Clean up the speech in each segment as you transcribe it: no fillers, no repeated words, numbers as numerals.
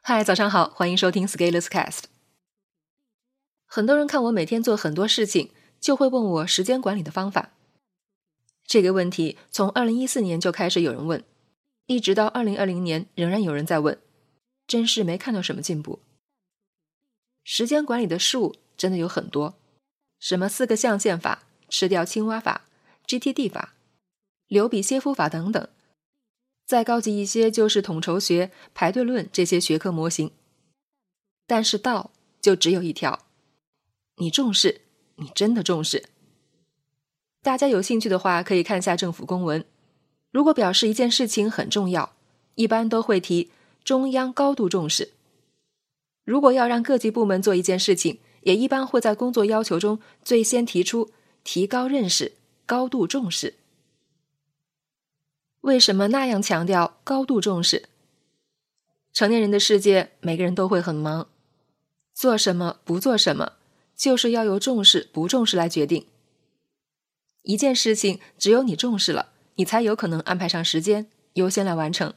嗨，早上好，欢迎收听 Scaleless Cast。很多人看我每天做很多事情，就会问我时间管理的方法。这个问题从2014年就开始有人问，一直到2020年仍然有人在问，真是没看到什么进步。时间管理的术真的有很多，什么4个象限法、吃掉青蛙法、GTD 法、刘比歇夫法等等。再高级一些就是统筹学、排队论这些学科模型。但是道就只有一条，你重视，你真的重视。大家有兴趣的话可以看下政府公文，如果表示一件事情很重要，一般都会提中央高度重视。如果要让各级部门做一件事情，也一般会在工作要求中最先提出提高认识、高度重视。为什么那样强调高度重视？成年人的世界，每个人都会很忙，做什么不做什么，就是要由重视不重视来决定。一件事情只有你重视了，你才有可能安排上时间，优先来完成。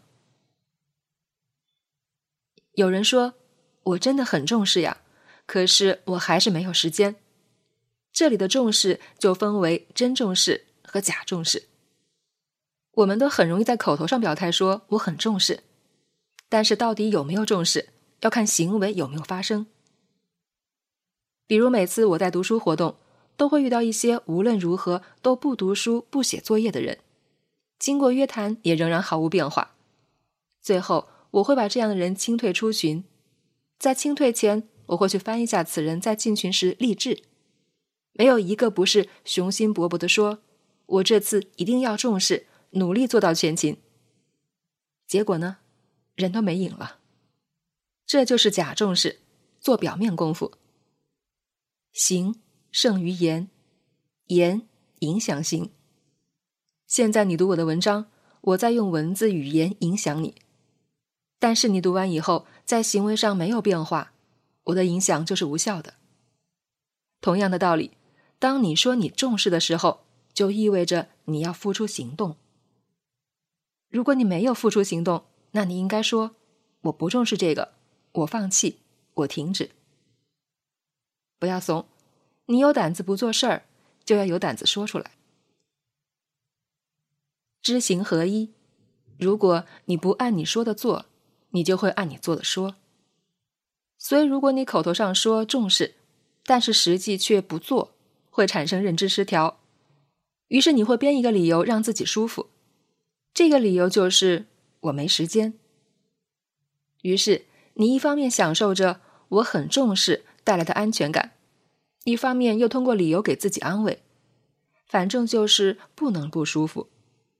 有人说，我真的很重视呀，可是我还是没有时间。这里的重视就分为真重视和假重视。我们都很容易在口头上表态说我很重视，但是到底有没有重视，要看行为有没有发生。比如每次我在读书活动，都会遇到一些无论如何都不读书不写作业的人，经过约谈也仍然毫无变化。最后我会把这样的人清退出群，在清退前我会去翻一下此人在进群时励志，没有一个不是雄心勃勃地说我这次一定要重视，努力做到全勤。结果呢，人都没影了。这就是假重视，做表面功夫。行胜于言，言影响行。现在你读我的文章，我在用文字语言影响你，但是你读完以后在行为上没有变化，我的影响就是无效的。同样的道理，当你说你重视的时候，就意味着你要付出行动。如果你没有付出行动，那你应该说我不重视这个，我放弃，我停止。不要怂，你有胆子不做事儿，就要有胆子说出来。知行合一，如果你不按你说的做，你就会按你做的说。所以如果你口头上说重视，但是实际却不做，会产生认知失调。于是你会编一个理由让自己舒服，这个理由就是我没时间。于是你一方面享受着我很重视带来的安全感，一方面又通过理由给自己安慰，反正就是不能不舒服。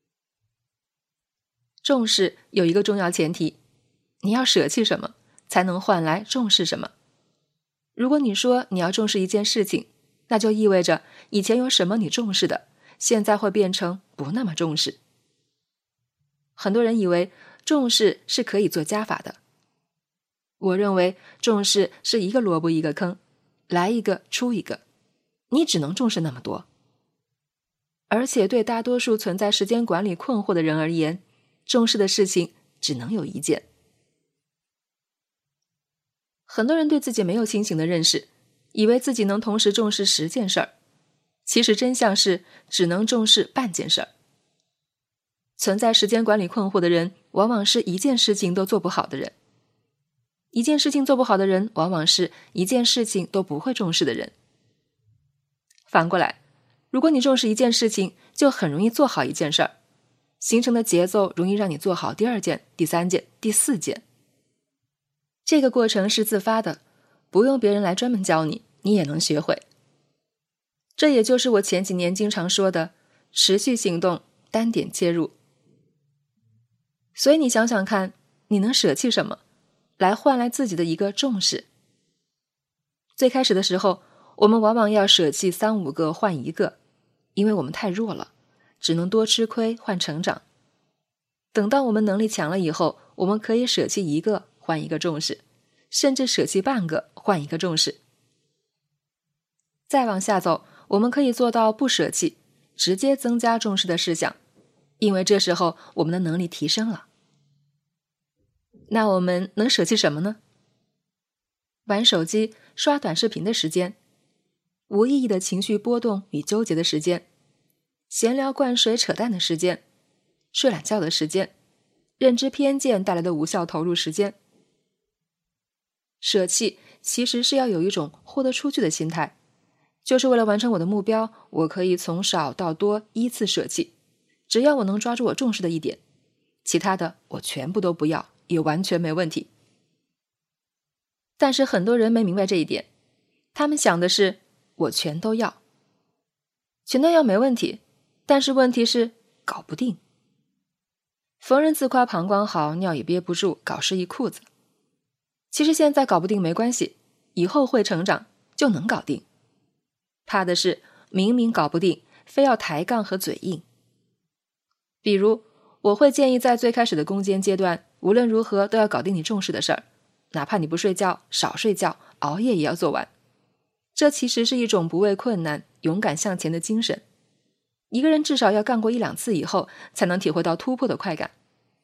重视有一个重要前提，你要舍弃什么才能换来重视什么。如果你说你要重视一件事情，那就意味着以前有什么你重视的，现在会变成不那么重视。很多人以为重视是可以做加法的，我认为重视是一个萝卜一个坑，来一个出一个，你只能重视那么多。而且对大多数存在时间管理困惑的人而言，重视的事情只能有一件。很多人对自己没有清醒的认识，以为自己能同时重视10件事儿，其实真相是只能重视半件事儿。存在时间管理困惑的人，往往是一件事情都做不好的人。一件事情做不好的人，往往是一件事情都不会重视的人。反过来，如果你重视一件事情，就很容易做好一件事儿，形成的节奏容易让你做好第2件、第3件、第4件。这个过程是自发的，不用别人来专门教你，你也能学会。这也就是我前几年经常说的持续行动，单点切入。所以你想想看，你能舍弃什么来换来自己的一个重视？最开始的时候，我们往往要舍弃3、5个换1个，因为我们太弱了，只能多吃亏换成长。等到我们能力强了以后，我们可以舍弃1个换1个重视，甚至舍弃半个换1个重视。再往下走，我们可以做到不舍弃，直接增加重视的事项，因为这时候我们的能力提升了。 那我们能舍弃什么呢？玩手机、刷短视频的时间，无意义的情绪波动与纠结的时间，闲聊灌水扯淡的时间，睡懒觉的时间，认知偏见带来的无效投入时间。舍弃其实是要有一种豁得出去的心态，就是为了完成我的目标，我可以从少到多依次舍弃，只要我能抓住我重视的一点，其他的我全部都不要，也完全没问题。但是很多人没明白这一点，他们想的是我全都要。全都要没问题，但是问题是搞不定。逢人自夸膀胱好，尿也憋不住，搞事一裤子。其实现在搞不定没关系，以后会成长，就能搞定。怕的是明明搞不定，非要抬杠和嘴硬。比如我会建议在最开始的攻坚阶段，无论如何都要搞定你重视的事儿，哪怕你不睡觉，少睡觉，熬夜也要做完。这其实是一种不畏困难、勇敢向前的精神。一个人至少要干过1-2次以后，才能体会到突破的快感。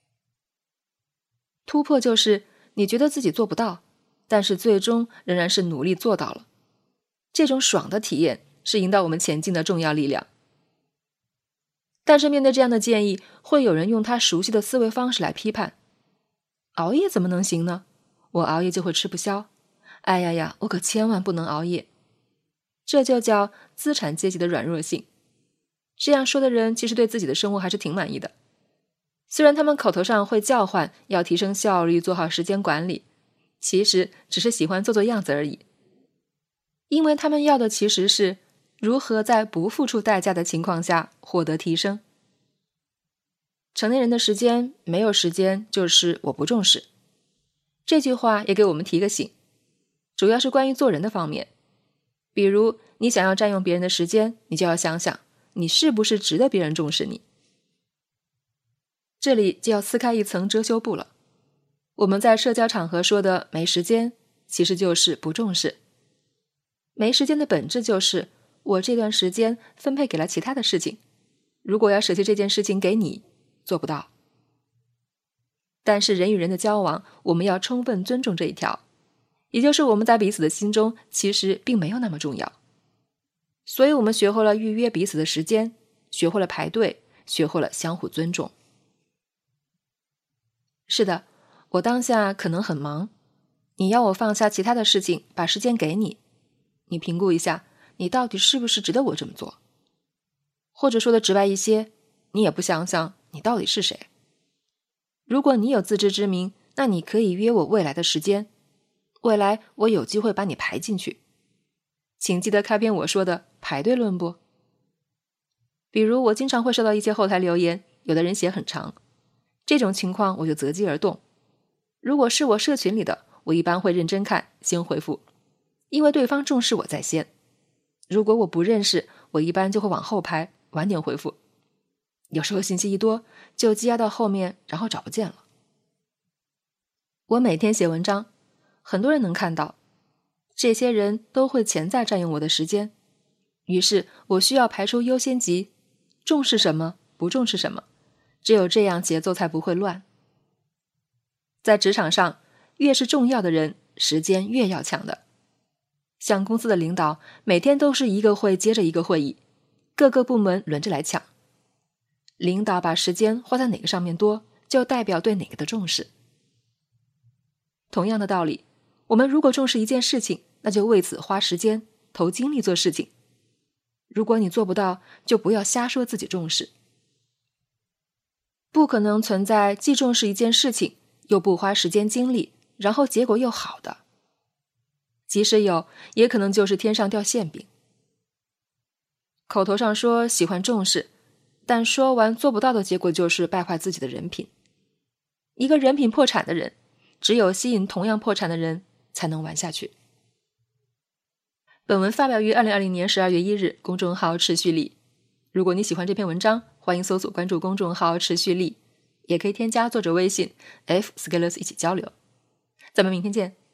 突破就是你觉得自己做不到，但是最终仍然是努力做到了。这种爽的体验是引导我们前进的重要力量。但是面对这样的建议，会有人用他熟悉的思维方式来批判。熬夜怎么能行呢？我熬夜就会吃不消。哎呀呀，我可千万不能熬夜。这就叫资产阶级的软弱性。这样说的人其实对自己的生活还是挺满意的。虽然他们口头上会叫唤要提升效率，做好时间管理，其实只是喜欢做做样子而已。因为他们要的其实是如何在不付出代价的情况下获得提升。成年人的时间，没有时间就是我不重视。这句话也给我们提个醒，主要是关于做人的方面。比如你想要占用别人的时间，你就要想想你是不是值得别人重视你。这里就要撕开一层遮羞布了。我们在社交场合说的没时间，其实就是不重视。没时间的本质就是我这段时间分配给了其他的事情，如果要舍弃这件事情给你，做不到。但是人与人的交往，我们要充分尊重这一条，也就是我们在彼此的心中其实并没有那么重要。所以我们学会了预约彼此的时间，学会了排队，学会了相互尊重。是的，我当下可能很忙，你要我放下其他的事情，把时间给你，你评估一下，你到底是不是值得我这么做？或者说的直白一些，你也不想想你到底是谁？如果你有自知之明，那你可以约我未来的时间，未来我有机会把你排进去。请记得开篇我说的排队论不？比如我经常会收到一些后台留言，有的人写很长，这种情况我就择机而动。如果是我社群里的，我一般会认真看，先回复，因为对方重视我在先。如果我不认识，我一般就会往后排，晚点回复。有时候信息一多，就积压到后面，然后找不见了。我每天写文章，很多人能看到，这些人都会潜在占用我的时间，于是我需要排出优先级，重视什么，不重视什么，只有这样节奏才不会乱。在职场上，越是重要的人，时间越要抢的。像公司的领导，每天都是一个会接着一个会议，各个部门轮着来抢。领导把时间花在哪个上面多，就代表对哪个的重视。同样的道理，我们如果重视一件事情，那就为此花时间，投精力做事情。如果你做不到，就不要瞎说自己重视。不可能存在既重视一件事情，又不花时间精力，然后结果又好的。即使有，也可能就是天上掉馅饼。口头上说喜欢重视，但说完做不到的结果就是败坏自己的人品。一个人品破产的人，只有吸引同样破产的人才能玩下去。本文发表于2020年12月1日，公众号持续力。如果你喜欢这篇文章，欢迎搜索关注公众号持续力，也可以添加作者微信 F_Scalers 一起交流。咱们明天见。